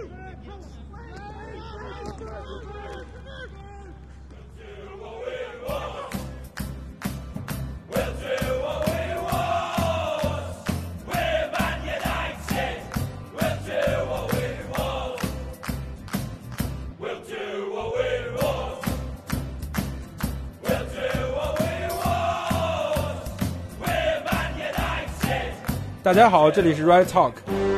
大家好，这里是 Right Talk，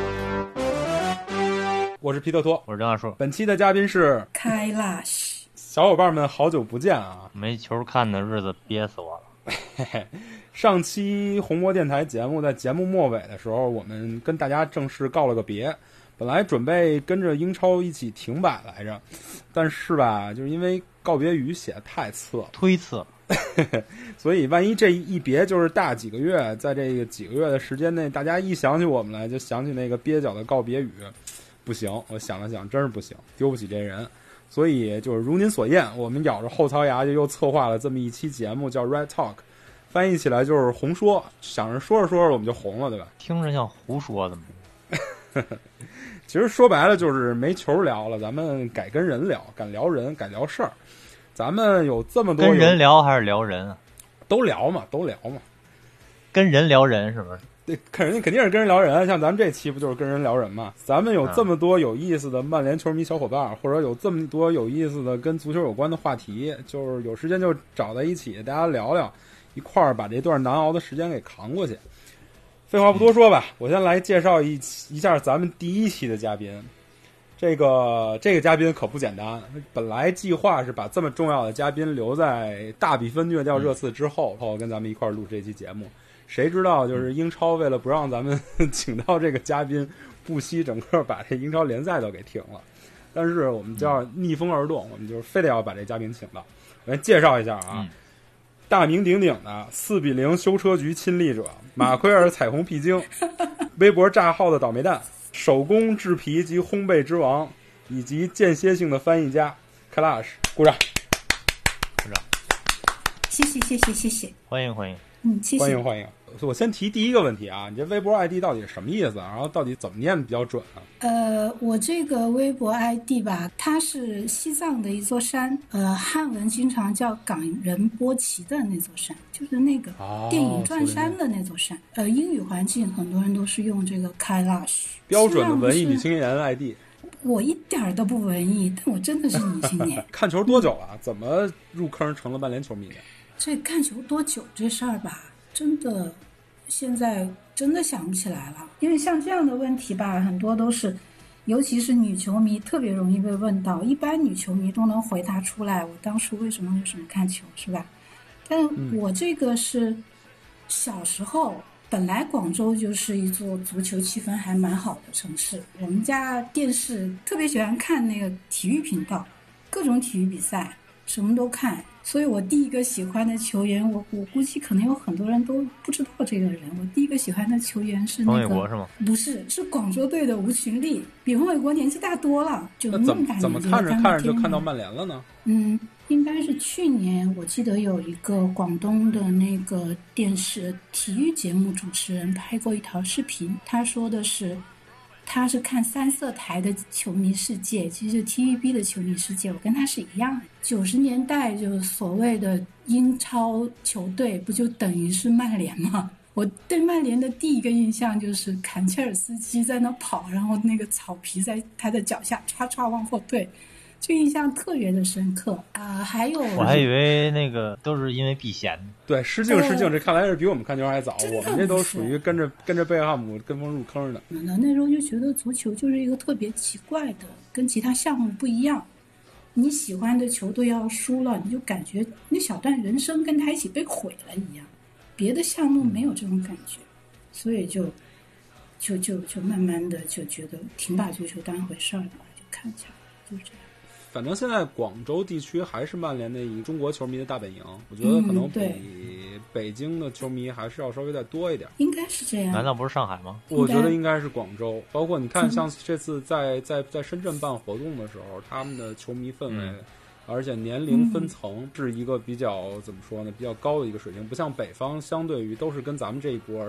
我是皮特托， 我是张大树。 本期的嘉宾是开拉西， 小伙伴们好久不见啊！ 没球看的日子憋死我了。 嘿嘿，上期红魔电台节目在节目末尾的时候，我们跟大家正式告了个别。本来准备跟着英超一起停摆来着，但是吧，就是因为告别语写得太次了， 推辞了。 所以万一这一别就是大几个月，在这个几个月的时间内，大家一想起我们来就想起那个蹩脚的告别语，不行，我想了想真是不行，丢不起这人。所以就是如您所愿，我们咬着后槽牙就又策划了这么一期节目，叫 Red Talk， 翻译起来就是红说，想着说着说着我们就红了，对吧？ 听着像胡说的嘛。 其实说白了就是没球聊了，咱们改跟人聊，改聊人，改聊事儿。咱们有这么多跟人聊还是聊人啊？ 都聊嘛，都聊嘛。 跟人聊人是不是？ 对，肯定是跟人聊人。像咱们这期不就是跟人聊人嘛？咱们有这么多有意思的曼联球迷小伙伴，或者有这么多有意思的跟足球有关的话题，就是有时间就找在一起，大家聊聊，一块儿把这段难熬的时间给扛过去。废话不多说吧，我先来介绍一下咱们第一期的嘉宾。这个嘉宾可不简单，本来计划是把这么重要的嘉宾留在大比分虐掉热刺之后，跟咱们一块儿录这期节目。谁知道就是英超为了不让咱们请到这个嘉宾，不惜整个把这英超联赛都给停了。但是我们就要逆风而动，我们就是非得要把这嘉宾请到。我来介绍一下啊，大名鼎鼎的4-0修车局亲历者，马奎尔彩虹屁精，微博炸号的倒霉蛋，手工制皮及烘焙之王，以及间歇性的翻译家开拉什，鼓掌， 鼓掌， 谢谢， 欢迎欢迎， 谢谢， 欢迎。我先提第一个问题啊，你这微博 ID 到底是什么意思啊？然后到底怎么念比较准啊？ 我这个微博 ID 吧，它是西藏的一座山，汉文经常叫冈仁波齐的那座山，就是那个电影转山的那座山。英语环境很多人都是用这个开拉什， 标准的文艺女青年 ID。 我一点都不文艺，但我真的是女青年。 看球多久了？怎么入坑成了曼联球迷的？ 这看球多久这事儿吧，真的现在真的想不起来了。因为像这样的问题吧，很多都是尤其是女球迷特别容易被问到，一般女球迷都能回答出来我当初为什么看球，是吧？但我这个是小时候，本来广州就是一座足球气氛还蛮好的城市，我们家电视特别喜欢看那个体育频道，各种体育比赛什么都看，所以我第一个喜欢的球员，我估计可能有很多人都不知道这个人。我第一个喜欢的球员是那个冯伟国是吗？ 不是，是广州队的吴群立，比冯伟国年纪大多了，就那么大年纪， 怎么看着就看到曼联了呢？ 应该是去年，我记得有一个广东的那个电视体育节目主持人拍过一条视频，他说的是他是看三色台的球迷世界，其实 TVB 的球迷世界，我跟他是一样的。90年代就所谓的英超球队不就等于是曼联吗？我对曼联的第一个印象就是坎切尔斯基在那跑，然后那个草皮在他的脚下唰唰往后退，这印象特别的深刻啊！还有我还以为那个都是因为避嫌。 对，失敬，这看来是比我们看球还早。我们这都属于跟着贝克汉姆跟风入坑的。 那时候就觉得足球就是一个特别奇怪的，跟其他项目不一样。你喜欢的球队要输了，你就感觉那小段人生跟他一起被毁了一样。别的项目没有这种感觉，所以就慢慢的就觉得挺把足球当回事儿了，就看起来就是这样。 反正现在广州地区还是曼联的一中国球迷的大本营，我觉得可能比北京的球迷还是要稍微再多一点。 应该是这样。 难道不是上海吗？ 我觉得应该是广州。包括你看，像这次在深圳办活动的时候，他们的球迷氛围，而且年龄分层是一个比较怎么说呢，比较高的一个水平，不像北方相对于都是跟咱们这一波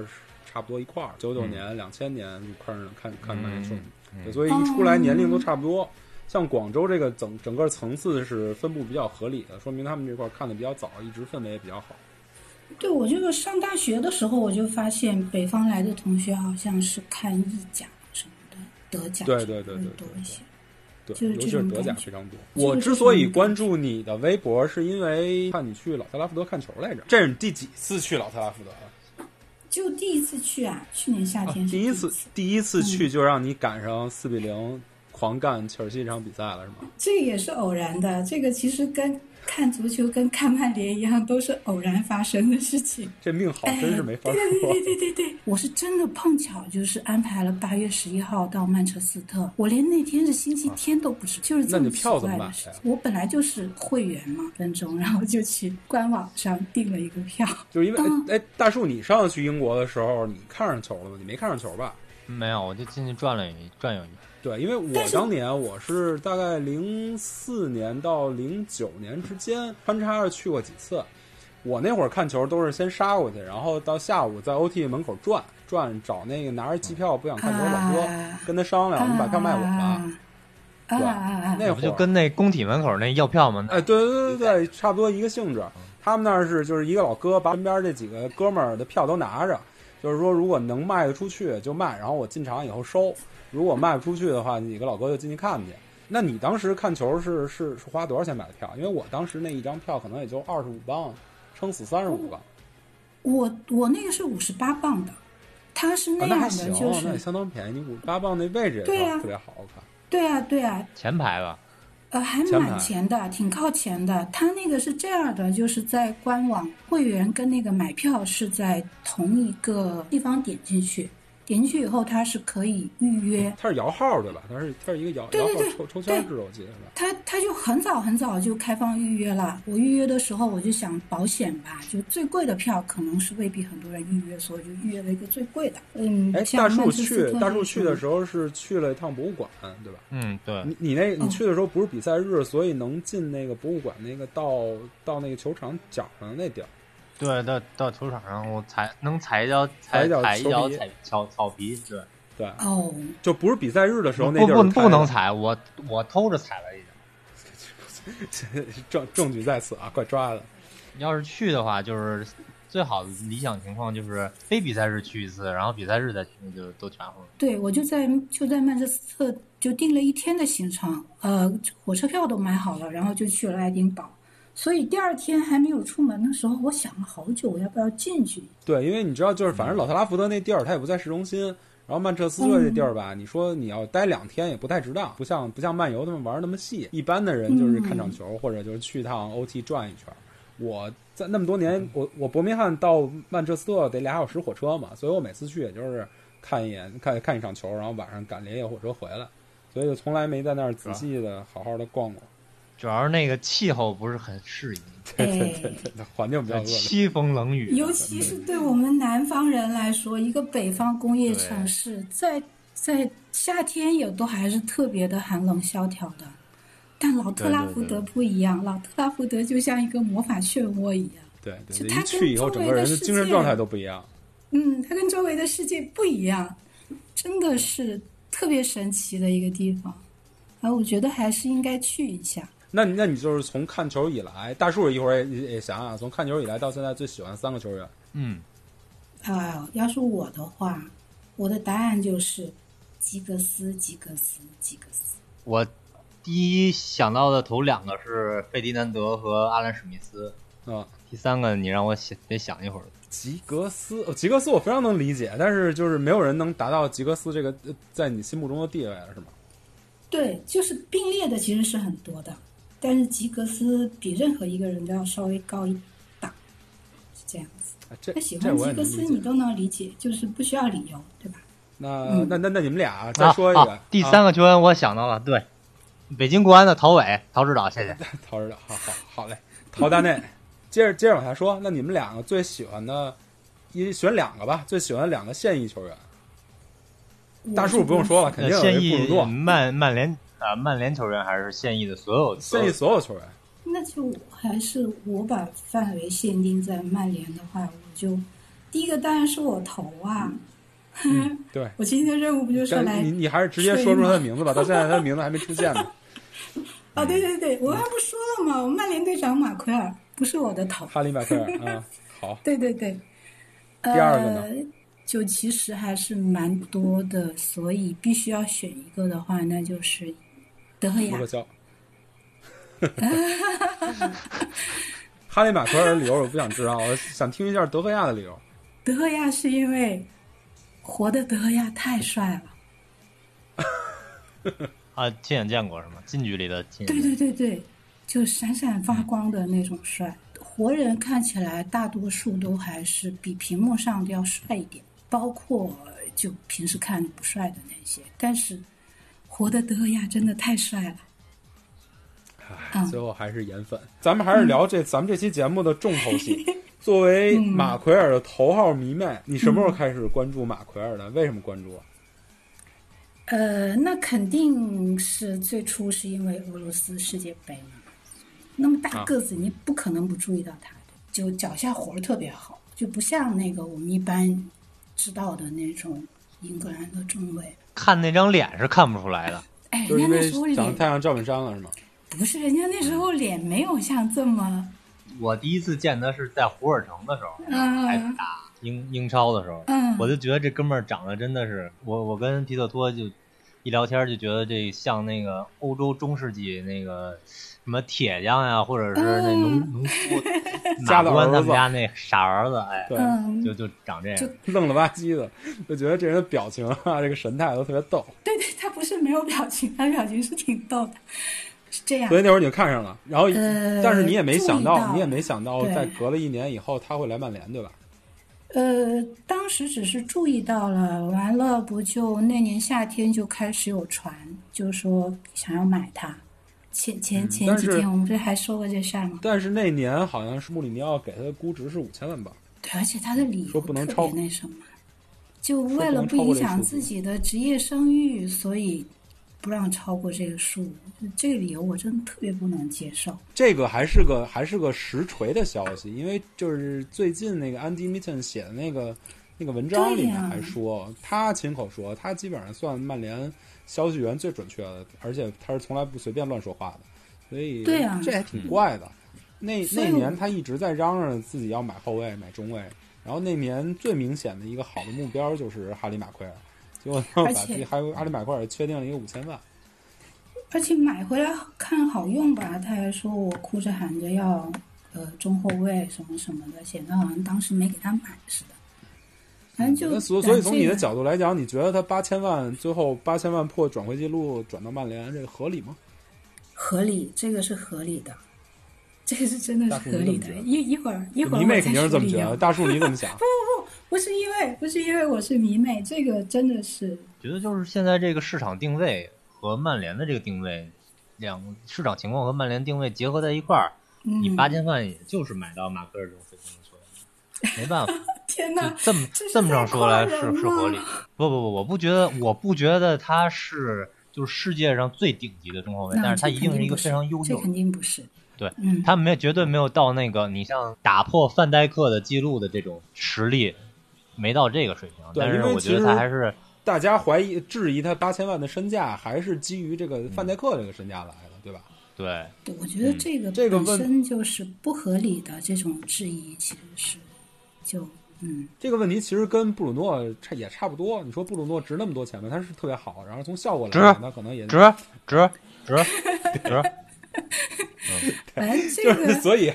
差不多一块儿，99年、2000年入坑的看曼联球迷，对，所以一出来年龄都差不多。像广州这个整个层次是分布比较合理的，说明他们这块看的比较早，一直氛围也比较好。 对，我这个上大学的时候，我就发现北方来的同学好像是看意甲什么的，德甲对多一些。 对， 就是尤其是德甲非常多。我就是之所以关注你的微博，是因为看你去老特拉福德看球来着。这是你第几次去老特拉福德了？ 就第一次去啊，去年夏天是第一次去就让你赶上4-0狂干切尔西这场比赛了，是吗？ 这个也是偶然的，这个其实跟看足球跟看曼联一样，都是偶然发生的事情。 这命好真是没法说。 对，我是真的碰巧就是安排了8月11号到曼彻斯特，我连那天是星期天都不知道，就是这么奇怪的事情。我本来就是会员嘛，分钟，然后就去官网上订了一个票。 就是因为大树，你上次去英国的时候，你看上球了吗？你没看上球吧？ 没有，我就进去转悠一。 对，因为我当年我是大概04年到09年之间穿插着去过几次。我那会儿看球都是先杀过去，然后到下午在 OT 门口转，找那个拿着机票不想看球的老哥，跟他商量，你把票卖我吧。对，那会儿不就跟那工体门口那要票吗？ 哎，对，差不多一个性质。他们那儿是就是一个老哥把身边这几个哥们儿的票都拿着，就是说如果能卖得出去就卖，然后我进场以后收。如果卖不出去的话，几个老哥就进去看去。那你当时看球是花多少钱买的票？因为我当时那一张票可能也就25磅，撑死35磅。 我那个是58磅的，它是那样的，就是那也相当便宜。你58磅那位置也特别好看。 对啊， 前排吧。 还蛮前的，挺靠前的。它那个是这样的，就是在官网会员跟那个买票是在同一个地方点进去以后，它是可以预约。 它是摇号对吧？它是一个摇号抽签制，我记得是吧？ 它就很早就开放预约了。我预约的时候我就想保险吧，就最贵的票可能是未必很多人预约，所以就预约了一个最贵的。 大树去的时候是去了一趟博物馆，对吧？ 对。 你去的时候不是比赛日，所以能进那个博物馆那个到那个球场角上那地儿。 对，到球场上我能踩一脚草皮， 对哦，就不是比赛日的时候那地儿不能踩，我偷着踩了一脚。证据在此啊，快抓了！ 要是去的话，就是最好的理想情况就是非比赛日去一次，然后比赛日再去，就都全乎了。 对，我就在曼彻斯特就订了1天的行程，火车票都买好了，然后就去了爱丁堡。所以第二天还没有出门的时候，我想了好久，我要不要进去？ 对，因为你知道，就是反正老特拉福德那地儿，它也不在市中心。然后曼彻斯特这地儿吧，你说你要待2天也不太值当，不像漫游他们玩那么细。一般的人就是看场球，或者就是去趟 OT 转一圈。我在那么多年，我伯明翰到曼彻斯特得2小时火车嘛，所以我每次去也就是看一眼看一场球，然后晚上赶连夜火车回来，所以就从来没在那儿仔细的好好的逛过。 主要是那个气候不是很适宜， 对，环境比较恶劣， 凄风冷雨。 尤其是对我们南方人来说，一个北方工业城市，在夏天也都还是特别的寒冷萧条的。但老特拉福德不一样，老特拉福德就像一个魔法漩涡一样。 对，一去以后，整个人的精神状态都不一样。 它跟周围的世界不一样，真的是特别神奇的一个地方。我觉得还是应该去一下。 那你就是从看球以来，大树一会儿也想想，从看球以来到现在最喜欢3个球员。 要是我的话，我的答案就是吉格斯。 我第一想到的头2个是费迪南德和阿兰史密斯。第3个你让我得想一会儿。 吉格斯我非常能理解，但是就是没有人能达到吉格斯这个在你心目中的地位了，是吗？ 对，就是并列的其实是很多的，但是吉格斯比任何一个人都要稍微高一档，是这样子。他喜欢吉格斯你都能理解，就是不需要理由，对吧？ 那你们俩再说一个。 第3个球员我想到了，对，北京国安的陶指导，谢谢。 陶指导，好嘞，陶大内。接着往下说，那你们2个最喜欢的，选2个吧，最喜欢2个现役球员。大树不用说了，肯定有现役布鲁诺。 曼联球员还是现役的所有球员？ 那就还是我把范围限定在曼联的话，我就第一个当然是我投啊， 对， 我今天的任务不就是来你还是直接说出他的名字吧，到现在他的名字还没出现呢。 哦，对对对，我刚不说了吗？我曼联队长马奎尔不是我的头， 哈里马奎尔啊，好。 对对对， 第二个呢？ 就其实还是蛮多的，所以必须要选一个的话，那就是德赫亚。 哈里马奎尔的理由我不想知道，我想听一下德赫亚的理由。 德赫亚是因为活的德赫亚太帅了。 啊，亲眼见过是吗？近距离的亲眼。 对对对对，就闪闪发光的那种帅。活人看起来大多数都还是比屏幕上的要帅一点，包括就平时看不帅的那些，但是活的德赫亚真的太帅了。 最后还是颜粉。咱们还是聊咱们这期节目的重头戏。作为马奎尔的头号迷妹，你什么时候开始关注马奎尔的？为什么关注啊？ 那肯定是最初是因为俄罗斯世界杯嘛。那么大个子，你不可能不注意到他的，就脚下活儿特别好，就不像那个我们一般知道的那种英格兰的中卫。 看那张脸是看不出来的。 哎，人家那时候脸长太阳照本山了是吗？ 不是，人家那时候脸没有像这么。 我第一次见他是在胡尔城的时候，还打英超的时候，我就觉得这哥们儿长得真的是，我跟皮特托就一聊天就觉得这像那个欧洲中世纪那个什么铁匠呀，或者是那农夫马关他们家那傻儿子，哎，对，就长这样， 就愣了吧唧的，就觉得这人的表情啊，这个神态都特别逗。 对对，他不是没有表情，他表情是挺逗的。是这样， 所以那会儿你就看上了，然后，但是你也没想到，在隔了1年以后他会来曼联，对吧？ 当时只是注意到了，完了不就那年夏天就开始有传，就是说想要买他。前几天我们不是还说过这事儿吗？ 但是那年好像是穆里尼奥给他的估值是5000万镑。 对，而且他的理由说不能超， 那什么，就为了不影响自己的职业声誉，所以不让超过这个数，这个理由我真的特别不能接受。 这个还是个实锤的消息，因为就是最近那个安迪·米顿写的那个文章里面还说，他亲口说，他基本上算曼联消息源最准确的，而且他是从来不随便乱说话的，所以对啊， 这还挺怪的。那年他一直在嚷嚷自己要买后卫、买中卫，然后那年最明显的一个好的目标就是哈里马奎尔。结果把自己还有阿里马奎尔确定了一个5000万， 而且买回来看好用吧，他还说我哭着喊着要中后卫什么什么的，显得好像当时没给他买似的。反正就所以从你的角度来讲，你觉得他8000万最后8000万破转会记录转到曼联，这个合理吗？ 合理，这个是合理的，这个是真的是合理的。一会儿迷妹肯定是这么觉得，大树你怎么想？ 不是因为我是迷妹，这个真的是觉得就是现在这个市场定位和曼联的这个定位，两个市场情况和曼联定位结合在一块儿，你8000万也就是买到马奎尔这种水平的球员，没办法。 天哪， 这么上说来是合理。不，我不觉得他是就是世界上最顶级的中后卫，但是他一定是一个非常优秀的。 这肯定不是。 对，他绝对没有到那个你像打破范戴克的记录的这种实力。没到这个水平，但是我觉得他还是大家质疑他8000万的身价，还是基于这个范戴克这个身价来的，对吧？ 对， 我觉得这个本身就是不合理的这种质疑，其实是这个问题其实跟布鲁诺也差不多。你说布鲁诺值那么多钱吗？他是特别好，然后从效果来讲，他可能也值。 就是所以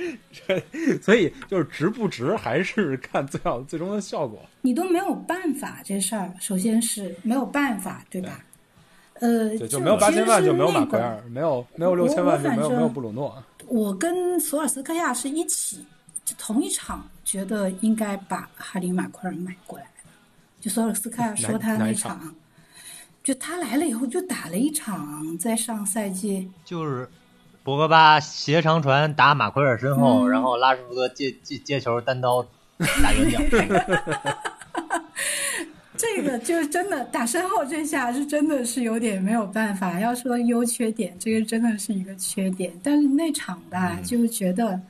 就是值不值，还是看最终的效果。 你都没有办法，这事儿首先是没有办法，对吧？ 对，就没有8000万就没有马奎尔，没有6000万就没有布鲁诺。 我跟索尔斯克亚是一起，就同一场觉得应该把哈里马奎尔买过来的。就索尔斯克亚说他那场。就他来了以后就打了一场，在上赛季就是博格巴斜长传打马奎尔身后，然后拉什福德接球单刀打远角。 这个就真的打身后这下是真的是有点没有办法。要说优缺点，这个真的是一个缺点。但是那场吧，就觉得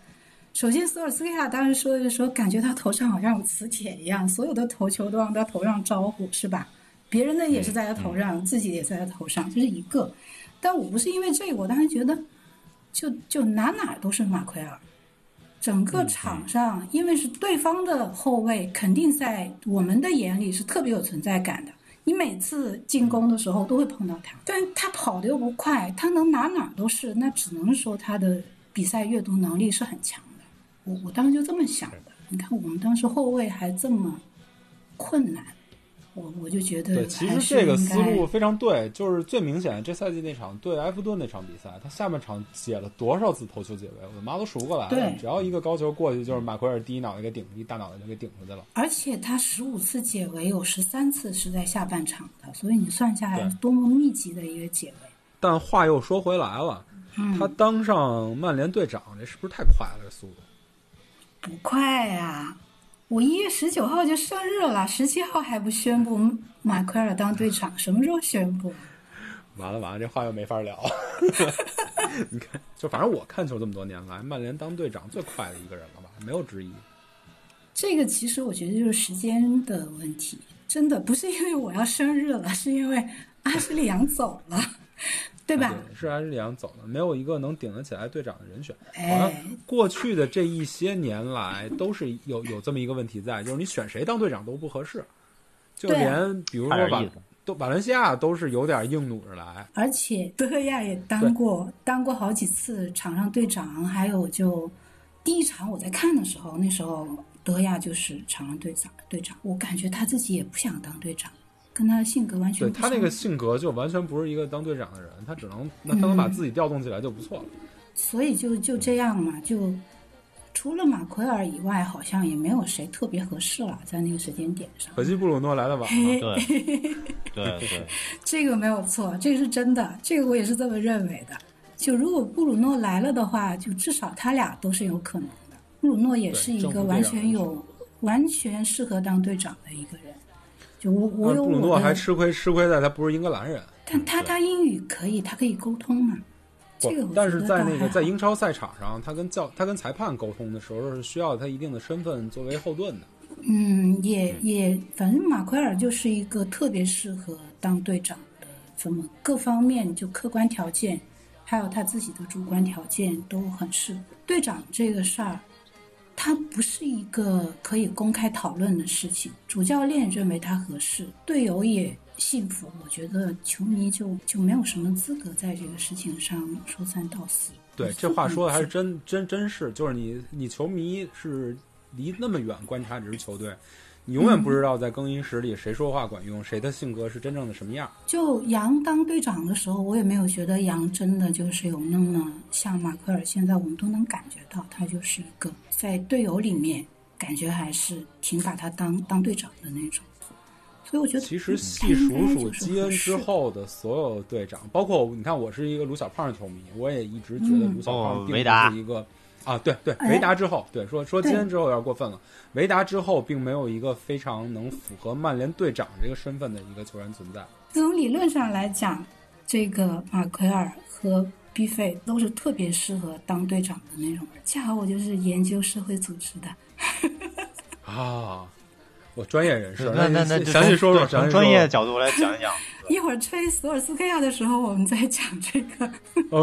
首先索尔斯克亚当时说的时候，感觉他头上好像有磁铁一样，所有的头球都往他头上招呼，是吧？别人的也是在他头上，自己也在他头上，这是一个。但我不是因为这个，我当时觉得就哪都是马奎尔。整个场上，因为是对方的后卫，肯定在我们的眼里是特别有存在感的。你每次进攻的时候都会碰到他，但他跑得又不快，他能哪都是，那只能说他的比赛阅读能力是很强的。我当时就这么想的。你看我们当时后卫还这么困难，我就觉得对，其实这个思路非常对，就是最明显的这赛季那场对埃弗顿那场比赛，他下半场解了多少次头球解围，我的妈都数不过来了。只要一个高球过去，就是马奎尔第一脑袋给顶，一大脑袋就给顶出去了。而且他15次解围有13次是在下半场的，所以你算下来多么密集的一个解围。 但话又说回来了，他当上曼联队长，这是不是太快了？这速度不快啊！我1月19号就生日了，17号还不宣布马奎尔当队长，什么时候宣布？ 完了，这话又没法聊。你看，就反正我看球这么多年来，曼联当队长最快的一个人了吧，没有之一。 这个其实我觉得就是时间的问题，真的不是因为我要生日了，是因为阿什利杨走了。对吧？ 对，是阿什利杨走了，没有一个能顶得起来队长的人选。好像过去的这一些年来都是有这么一个问题在，就是你选谁当队长都不合适，就连比如说瓦伦西亚都是有点硬弩着来。 而且德赫亚也当过好几次场上队长，还有就第一场我在看的时候，那时候德赫亚就是场上队长，我感觉他自己也不想当队长。跟他的性格完全不对，他那个性格就完全不是一个当队长的人，他能把自己调动起来就不错了。 所以就这样嘛，就除了马奎尔以外，好像也没有谁特别合适了，在那个时间点上。 可惜布鲁诺来的晚了。 对， 这个没有错，这个是真的，这个我也是这么认为的。就如果布鲁诺来了的话，就至少他俩都是有可能的。布鲁诺也是一个完全适合当队长的一个人。就我有布鲁诺还吃亏在他不是英格兰人， 但他英语可以，他可以沟通嘛。这个但是在英超赛场上，他跟裁判沟通的时候是需要他一定的身份作为后盾的。 也反正马奎尔就是一个特别适合当队长的，怎么各方面就客观条件，还有他自己的主观条件都很适合。队长这个事儿。它不是一个可以公开讨论的事情，主教练认为他合适，队友也信服，我觉得球迷就没有什么资格在这个事情上说三道四。 对，这话说的还是真是，就是你球迷是离那么远观察这支球队，你永远不知道在更衣室里谁说话管用，谁的性格是真正的什么样。 就杨当队长的时候，我也没有觉得杨真的就是有那么像马奎尔，现在我们都能感觉到他就是一个在队友里面感觉还是挺把他当队长的那种。所以我觉得其实细数基恩之后的所有队长，包括你看，我是一个卢小胖的球迷，我也一直觉得卢小胖并不是一个对，维达之后，对说基恩之后有点过分了。维达之后并没有一个非常能符合曼联队长这个身份的一个球员存在。 从理论上来讲，这个马奎尔和毕费都是特别适合当队长的那种人。恰好我就是研究社会组织的。 我专业人士， 那详细说说， 从专业角度来讲一讲。 一会儿吹索尔斯克亚的时候，我们再讲这个。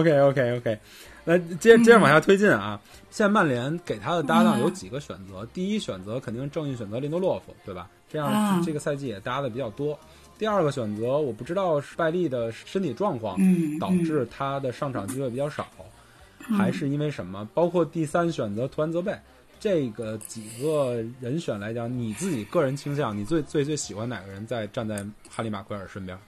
OK。那接着往下推进啊！现在曼联给他的搭档有几个选择，第一选择肯定正义选择林德洛夫，对吧？这样这个赛季也搭的比较多。第二个选择，我不知道是拜利的身体状况导致他的上场机会比较少，还是因为什么？包括第三选择图安泽贝，这个几个人选来讲，你自己个人倾向，你最喜欢哪个人站在哈里马奎尔身边？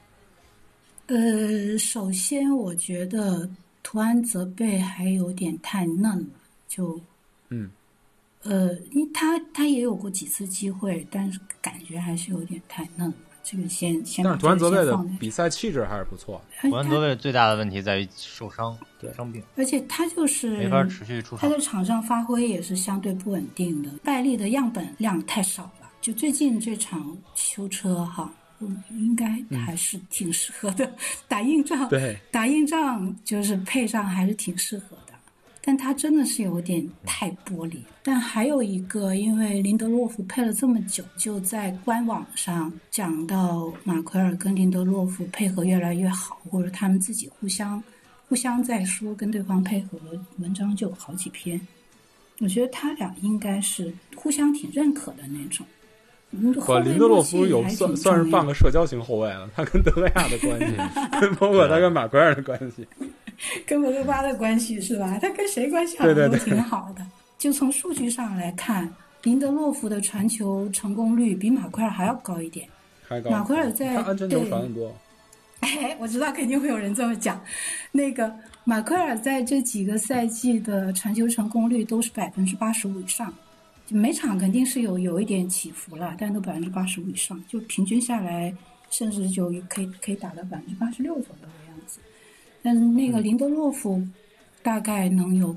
首先我觉得图安泽贝还有点太嫩了，因为他也有过几次机会，但是感觉还是有点太嫩了。这个先但是图安泽贝的比赛气质还是不错的。图安泽贝最大的问题在于受伤，伤病， 而且他就是没法持续出场。 他在场上发挥也是相对不稳定的。拜利的样本量太少了，就最近这场修车应该还是挺适合的。打硬仗就是配上还是挺适合的。 但他真的是有点太玻璃。但还有一个，因为林德洛夫配了这么久，就在官网上讲到马奎尔跟林德洛夫配合越来越好，或者他们自己互相在说跟对方配合的文章就有好几篇。我觉得他俩应该是互相挺认可的那种。 林德洛夫有算是半个社交型后卫了，他跟德维亚的关系，包括他跟马奎尔的关系， 跟博格巴的关系是吧？他跟谁关系好像都挺好的。 对。 就从数据上来看，林德洛夫的传球成功率比马奎尔还要高一点。 还高。 马奎尔在他安全球传很多。 哎，我知道肯定会有人这么讲。那个马奎尔在这几个赛季的传球成功率都是85%以上。每场肯定是有一点起伏了，但都85%以上，就平均下来，甚至就可以达到86%左右的样子。但是那个林德洛夫大概能有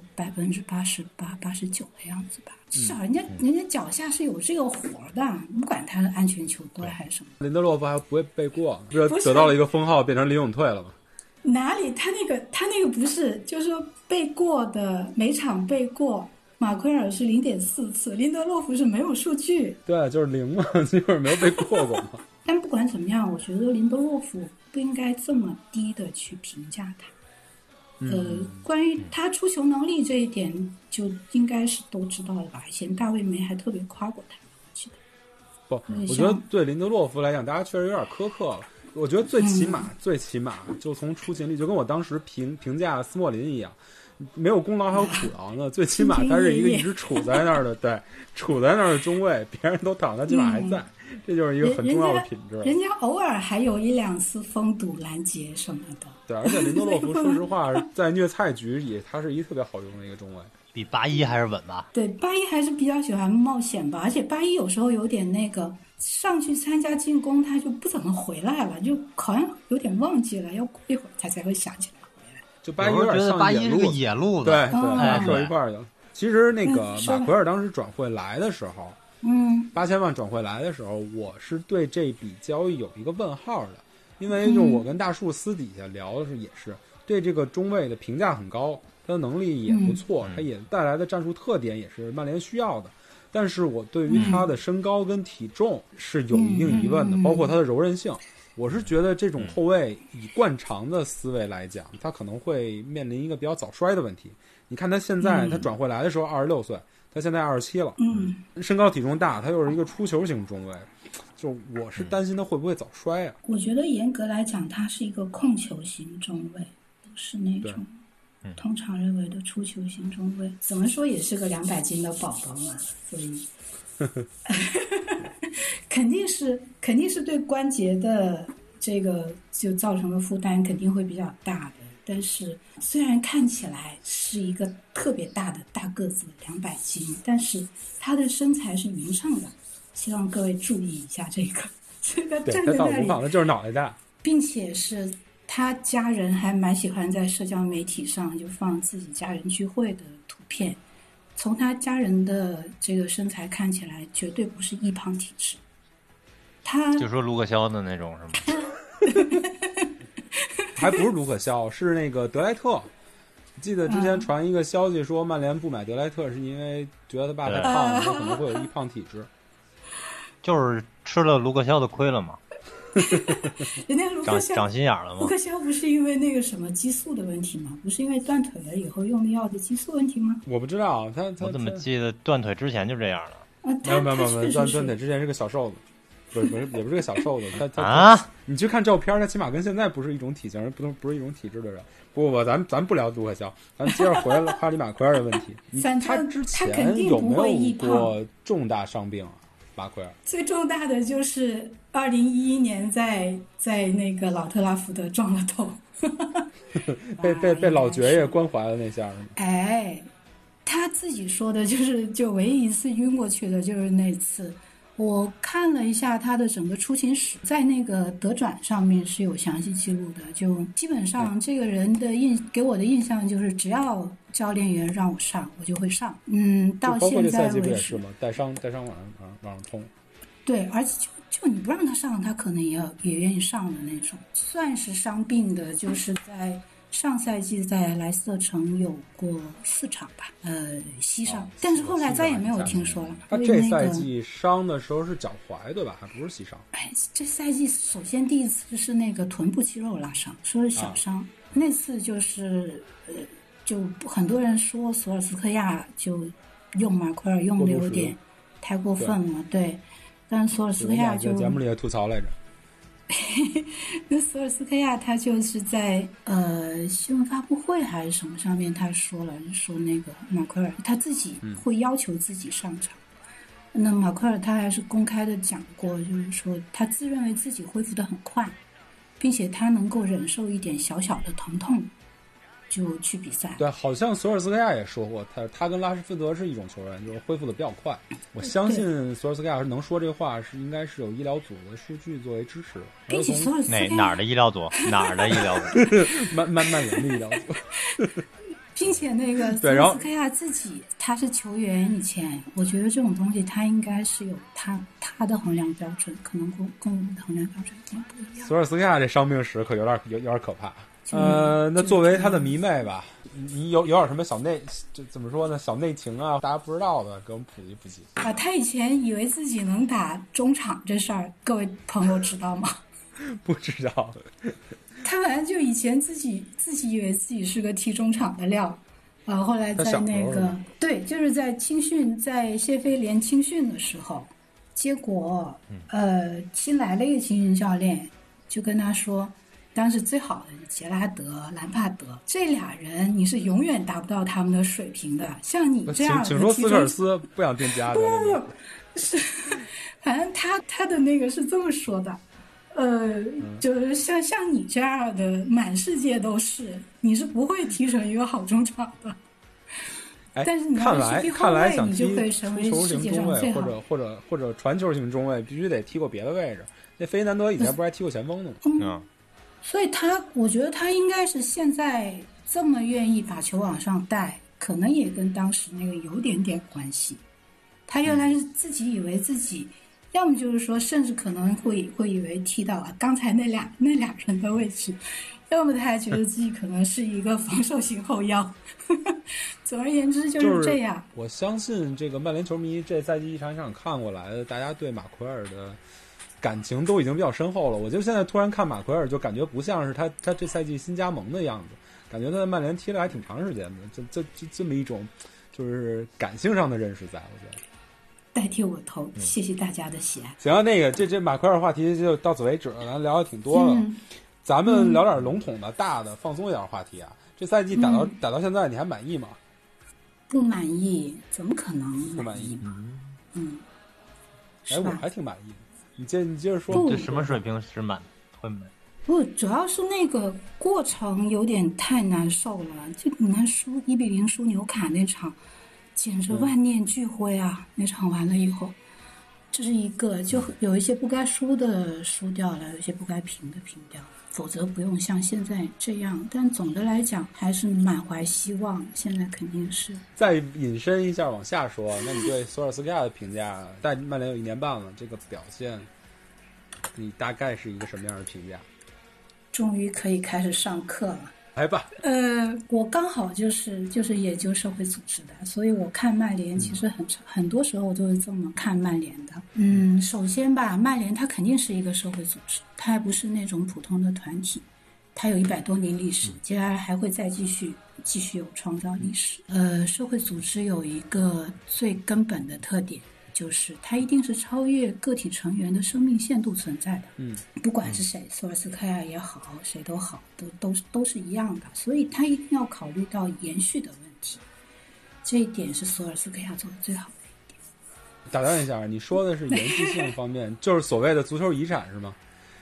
88%、89%的样子吧，至少人家脚下是有这个活的，不管他的安全球多还是什么。 林德洛夫还不会背过，不是得到了一个封号，变成林永退了吗？ 哪里？他那个不是，就是说背过的每场背过。马奎尔是0.4次，林德洛夫是没有数据。 对，就是0嘛，就是没有被过过嘛。 但不管怎么样，我觉得林德洛夫不应该这么低的去评价他。关于他出球能力这一点，就应该是都知道了吧？以前大卫梅还特别夸过他，我记得。 不，我觉得对林德洛夫来讲，大家确实有点苛刻了。我觉得最起码就从出勤率，就跟我当时评价斯莫林一样。没有功劳还有苦劳呢，最起码他是一个一直处在那儿的，对，处在那儿的中卫，别人都躺，他起码还在，这就是一个很重要的品质。 人家偶尔还有1-2次封堵拦截什么的。 对，而且林德洛夫说实话，在虐菜局里，他是一个特别好用的一个中卫， 比81还是稳吧？ 对，81还是比较喜欢冒险吧，而且81有时候有点那个上去参加进攻，他就不怎么回来了，就好像有点忘记了，要过一会儿他才会想起来。 就81有点像 81是个野路子， 对，说一块儿去了。其实那个马奎尔当时转会来的时候，8000万转会来的时候，我是对这笔交易有一个问号的，因为就我跟大树私底下聊的是，也是对这个中卫的评价很高，他的能力也不错，他也带来的战术特点也是曼联需要的。但是我对于他的身高跟体重是有一定疑问的，包括他的柔韧性。我是觉得这种后卫以惯常的思维来讲，他可能会面临一个比较早衰的问题。你看他现在他转回来的时候26岁，他现在27了，身高体重大，他又是一个出球型中卫，就我是担心他会不会早衰啊。 我觉得严格来讲，他是一个控球型中卫，不是那种通常认为的出球型中卫。怎么说也是个200斤的宝宝嘛，所以肯定是对关节的这个就造成的负担肯定会比较大的。但是虽然看起来是一个特别大的大个子200斤，但是他的身材是匀称的，希望各位注意一下这个站在那里， 他就是脑袋大， 并且是他家人还蛮喜欢在社交媒体上就放自己家人聚会的图片。从他家人的这个身材看起来，绝对不是易胖体质。他就说卢克肖的那种是吗？ 还不是卢克肖，是那个德莱特。记得之前传一个消息说，曼联不买德莱特是因为觉得他爸太胖了，他可能会有易胖体质。 就是吃了卢克肖的亏了嘛。 人家卢克肖长心眼了吗？ 卢克肖不是因为那个什么激素的问题吗？不是因为断腿了以后用的药的激素问题吗？ 我不知道， 我怎么记得断腿之前就这样了？ 没有，断腿之前是个小瘦子，不是也不是个小瘦子， 他你去看照片，他起码跟现在不是一种体型，不是一种体质的人。不，咱不聊卢克肖，咱接着回来哈里马奎尔的问题。他之前有没有过重大伤病啊？马奎尔最重大的就是2011年在那个老特拉福德撞了头， 被老爵爷关怀了那下。 哎，他自己说的就唯一一次晕过去的就是那次。我看了一下他的整个出勤史，在那个德转上面是有详细记录的，就基本上这个人的给我的印象就是只要教练员让我上我就会上。到现在为止也是吗？带伤往上冲。 对，而且就你不让他上，他可能也愿意上的那种。算是伤病的，就是在上赛季在莱斯特城有过4场吧，膝伤，但是后来再也没有听说了。 他这赛季伤的时候是脚踝对吧？还不是膝伤。 这赛季首先第一次是那个臀部肌肉拉伤，说是小伤，那次就是就很多人说索尔斯克亚就用马奎尔用的有点太过分了，对。但索尔斯克亚就节目里也吐槽来着。 那索尔斯克亚他就是在新闻发布会还是什么上面他说了，说那个马奎尔他自己会要求自己上场。那马奎尔他还是公开的讲过，就是说他自认为自己恢复得很快，并且他能够忍受一点小小的疼痛就去比赛。 对，好像索尔斯克亚也说过，他跟拉什福德是一种球员，就是恢复的比较快。我相信索尔斯克亚能说这话，是应该是有医疗组的数据作为支持。 并且索尔斯克亚哪儿的医疗组？哪儿的医疗组？ 曼联的医疗组。 并且那个索尔斯克亚自己他是球员以前，我觉得这种东西他应该是有他的衡量标准，可能跟我们的衡量标准有点不一样。 索尔斯克亚这伤病史可有点可怕。那作为他的迷妹吧，你有点什么就怎么说呢？小内情啊，大家不知道的，给我们普及普及。 他以前以为自己能打中场这事儿，各位朋友知道吗？ 不知道。 他反正就以前自己以为自己是个踢中场的料，后来在那个对，就是在青训，在谢菲联青训的时候，结果新来了一个青训教练，就跟他说。当时最好的杰拉德、兰帕德这俩人，你是永远达不到他们的水平的。像你这样的， 请说斯科尔斯不想添加的。 不，是，反正他的那个是这么说的，就是像你这样的，满世界都是，你是不会踢成一个好中场的。但是你要是踢后卫，你就可以成为世界上最好的， 或者传球型中卫，必须得踢过别的位置。那费南德以前不还踢过前锋呢吗？ 所以我觉得他应该是现在这么愿意把球往上带，可能也跟当时那个有点关系。他原来是自己以为自己，要么就是说，甚至可能会以为踢到刚才那俩人的位置，要么他还觉得自己可能是一个防守型后腰。总而言之就是这样。 我相信这个曼联球迷这赛季一场一场看过来的，大家对马奎尔的感情都已经比较深厚了。我就现在突然看马奎尔，就感觉不像是他这赛季新加盟的样子，感觉他在曼联踢了还挺长时间的，这么一种就是感性上的认识在，我觉得。 代替我投，谢谢大家的喜爱。 行，那个这马奎尔话题就到此为止了，咱聊的挺多了，咱们聊点笼统的、大的、放松一点话题啊。这赛季打到现在，你还满意吗？ 不满意，怎么可能不满意？ 我还挺满意的。你接着说， 这什么水平是会满？ 不，主要是那个过程有点太难受了。就你们1-0输纽卡那场，简直万念俱灰啊！那场完了以后，这是一个，就有一些不该输的输掉了，有一些不该平的平掉了，否则不用像现在这样。但总的来讲，还是满怀希望。现在肯定是。 再引申一下往下说，那你对索尔斯克亚的评价，在曼联有1年半了，这个表现，你大概是一个什么样的评价？ 终于可以开始上课了。 来吧。 我刚好就是研究社会组织的，所以我看曼联其实很多时候我都是这么看曼联的。首先吧，曼联它肯定是一个社会组织，它还不是那种普通的团体，它有100多年历史，接下来还会再继续有创造历史。社会组织有一个最根本的特点，就是它一定是超越个体成员的生命限度存在的。不管是谁，索尔斯克亚也好，谁都好，都是一样的。所以他一定要考虑到延续的问题，这一点是索尔斯克亚做的最好的一点。 打断一下，你说的是延续性方面，就是所谓的足球遗产是吗？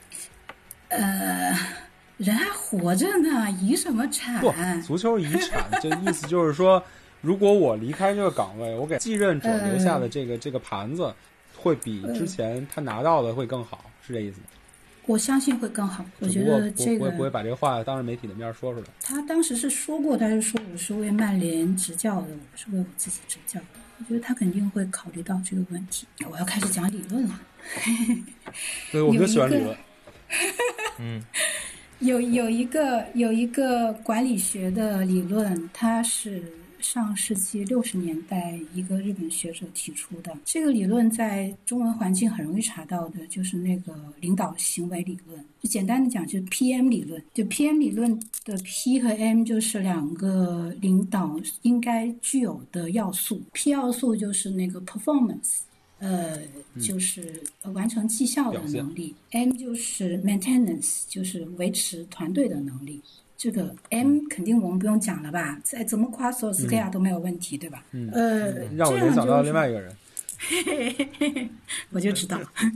人还活着呢，遗什么产？ 不，足球遗产这意思就是说，如果我离开这个岗位，我给继任者留下的这个盘子，会比之前他拿到的会更好，是这意思吗？ 我相信会更好。我觉得这个我也不会把这个话当着媒体的面说出来。 他当时是说过，他是说我是为曼联执教的，我是为我自己执教的。我觉得他肯定会考虑到这个问题。我要开始讲理论了。 对，我们就喜欢理论。 有一个管理学的理论，它是上世纪60年代一个日本学者提出的。这个理论在中文环境很容易查到的，就是那个领导行为理论。就简单的讲，就是 PM 理论。就 PM 理论的 P 和 M 就是两个领导应该具有的要素。P 要素就是那个 performance。就是完成绩效的能力。M 就是 maintenance， 就是维持团队的能力。这个 M 肯定我们不用讲了吧？再怎么夸索尔斯克亚都没有问题，对吧？ 让我联想到另外一个人， 我就知道。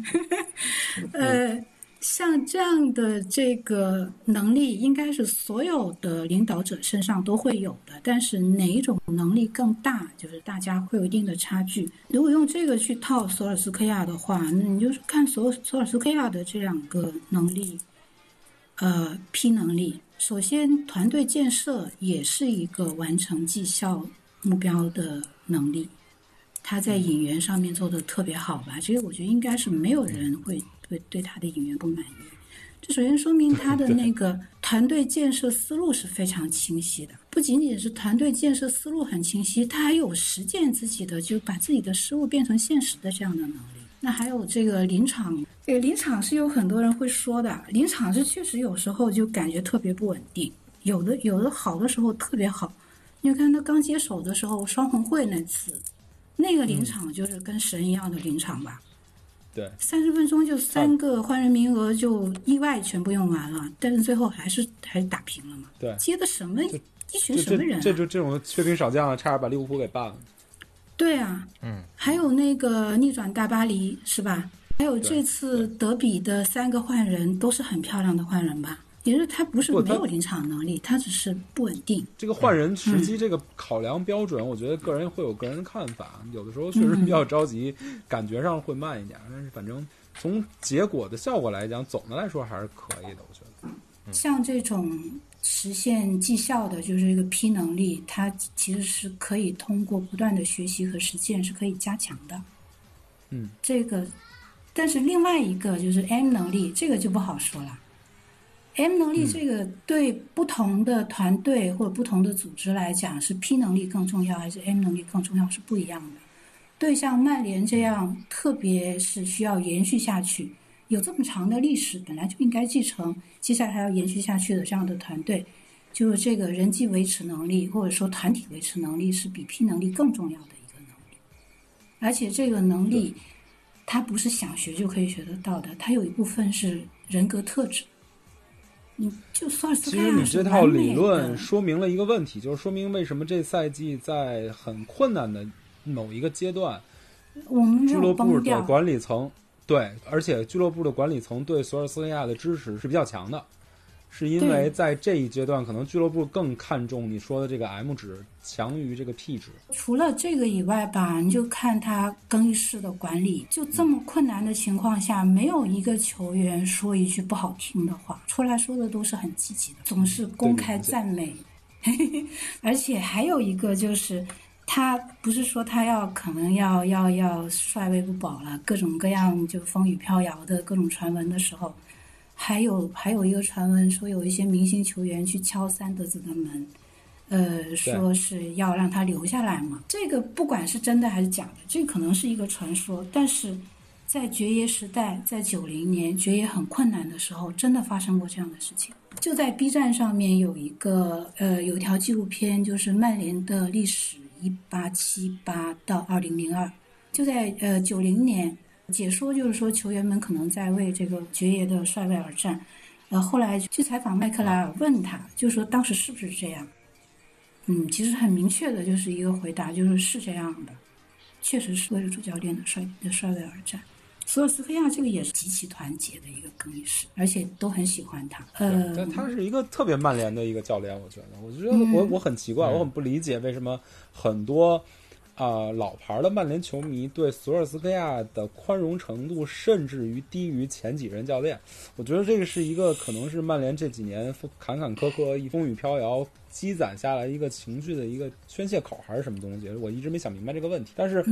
像这样的这个能力应该是所有的领导者身上都会有的，但是哪一种能力更大，就是大家会有一定的差距。如果用这个去套索尔斯克亚的话，那你就是看索尔斯克亚的这两个能力，P 能力。首先团队建设也是一个完成绩效目标的能力，他在引援上面做的特别好吧，这个我觉得应该是没有人会对他的引援不满意。这首先说明他的那个团队建设思路是非常清晰的，不仅仅是团队建设思路很清晰，他还有实践自己的，就把自己的失误变成现实的这样的能力。那还有这个临场，这个临场是有很多人会说的，临场是确实有时候就感觉特别不稳定，有的好的时候特别好。你看他刚接手的时候，双红会那次，那个临场就是跟神一样的临场吧。 对 ，30分钟就3个换人名额就意外全部用完了，但是最后还是打平了嘛。 对， 接的什么一群什么人啊？ 这种缺兵少将啊，差点把利物浦给办了。 对啊，还有那个逆转大巴黎是吧？还有这次德比的3个换人都是很漂亮的换人吧？也是他不是没有临场能力，他只是不稳定。 这个换人时机这个考量标准，我觉得个人会有个人的看法，有的时候确实比较着急，感觉上会慢一点，但是反正从结果的效果来讲，总的来说还是可以的，我觉得。 像这种实现绩效的，就是这个 P 能力，它其实是可以通过不断的学习和实践是可以加强的。这个，但是另外一个就是 M 能力，这个就不好说了。M 能力这个对不同的团队或者不同的组织来讲，是 P 能力更重要还是 M 能力更重要是不一样的。对像曼联这样，特别是需要延续下去，有这么长的历史，本来就应该继承，接下来还要延续下去的这样的团队，就是这个人际维持能力或者说团体维持能力是比 P 能力更重要的一个能力。而且这个能力它不是想学就可以学得到的，它有一部分是人格特质。你就算是其实你这套理论说明了一个问题，就是说明为什么这赛季在很困难的某一个阶段， 我们俱乐部的管理层对，而且俱乐部的管理层对索尔斯克亚的支持是比较强的，是因为在这一阶段可能俱乐部更看重你说的这个 M 值强于这个 P 值。 除了这个以外吧，你就看他更衣室的管理，就这么困难的情况下，没有一个球员说一句不好听的话，出来说的都是很积极的，总是公开赞美。而且还有一个就是他不是说他可能要帅位不保了，各种各样就风雨飘摇的各种传闻的时候，还有一个传闻说有一些明星球员去敲三德子的门，说是要让他留下来嘛。这个不管是真的还是假的，这可能是一个传说，但是在爵爷时代，在90年爵爷很困难的时候，真的发生过这样的事情。就在 B 站上面有一个有条纪录片，就是曼联的历史1878到2002，就在90年解说，就是说球员们可能在为这个爵爷的帅位而战。后来去采访麦克莱尔，问他，就说当时是不是这样？其实很明确的就是一个回答，就是是这样的，确实是为了主教练的帅位而战。索尔斯克亚这个也是极其团结的一个更衣室，而且都很喜欢他。 但他是一个特别曼联的一个教练，我觉得我很奇怪，我很不理解为什么很多老牌的曼联球迷对索尔斯克亚的宽容程度甚至于低于前几任教练。我觉得这个是一个可能是曼联这几年坎坎坷坷、风雨飘摇积攒下来一个情绪的一个宣泄口，还是什么东西？我一直没想明白这个问题。但是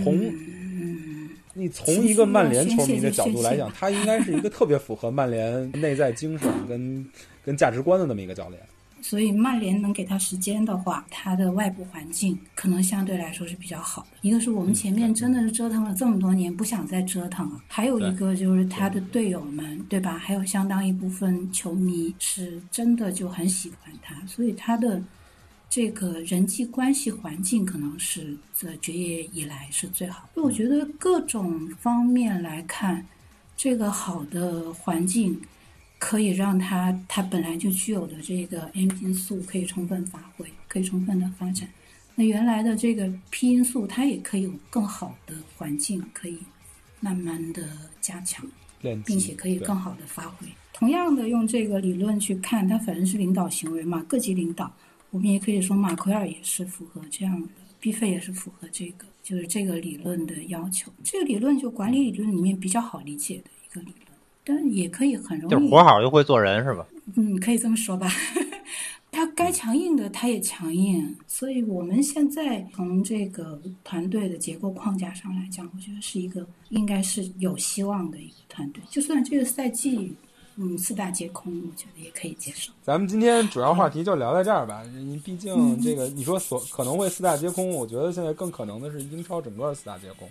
从一个曼联球迷的角度来讲，他应该是一个特别符合曼联内在精神跟价值观的那么一个教练。 所以曼联能给他时间的话，他的外部环境可能相对来说是比较好的。一个是我们前面真的是折腾了这么多年，不想再折腾了，还有一个就是他的队友们，对吧？还有相当一部分球迷是真的就很喜欢他，所以他的这个人际关系环境可能是这爵爷以来是最好的。我觉得各种方面来看，这个好的环境可以让他本来就具有的这个 M 因素可以充分发挥，可以充分的发展。那原来的这个 P 因素，它也可以有更好的环境，可以慢慢的加强，并且可以更好的发挥。同样的，用这个理论去看，它反正是领导行为嘛，各级领导，我们也可以说马奎尔也是符合这样的，毕费也是符合这个，就是这个理论的要求。这个理论就管理理论里面比较好理解的一个理论。但也可以很容易， 就是活好又会做人，是吧？ 可以这么说吧。他该强硬的他也强硬，所以我们现在从这个团队的结构框架上来讲，我觉得是一个应该是有希望的一个团队。就算这个赛季四大皆空，我觉得也可以接受。 咱们今天主要话题就聊到这儿吧。毕竟这个你说可能会四大皆空，我觉得现在更可能的是英超整个四大皆空。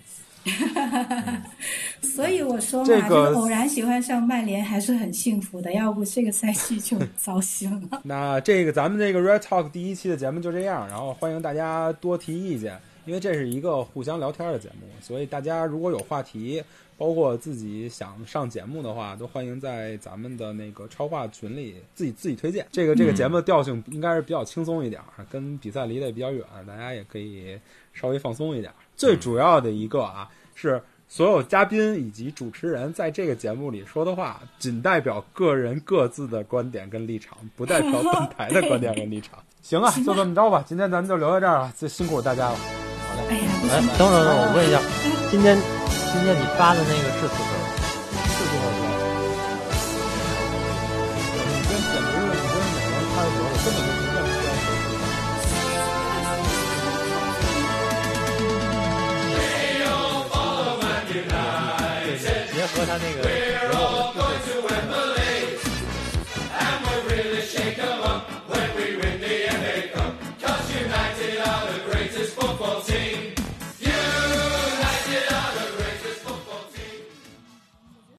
所以我说嘛，就是偶然喜欢上曼联还是很幸福的，要不这个赛季就糟心了。 那咱们这个 Red Talk 第1期的节目就这样，然后欢迎大家多提意见，因为这是一个互相聊天的节目，所以大家如果有话题，包括自己想上节目的话，都欢迎在咱们的那个超话群里自己推荐。这个节目的调性应该是比较轻松一点，跟比赛离得也比较远，大家也可以稍微放松一点。最主要的一个是所有嘉宾以及主持人在这个节目里说的话，仅代表个人各自的观点跟立场，不代表本台的观点跟立场。行啊，就这么着吧，今天咱们就聊到这儿了，最辛苦大家了。好嘞。 等等，我问一下，今天你发的那个是4分？ 是4分。你跟简直了，你跟美国人差不多，我根本就不算需要。 结合他那个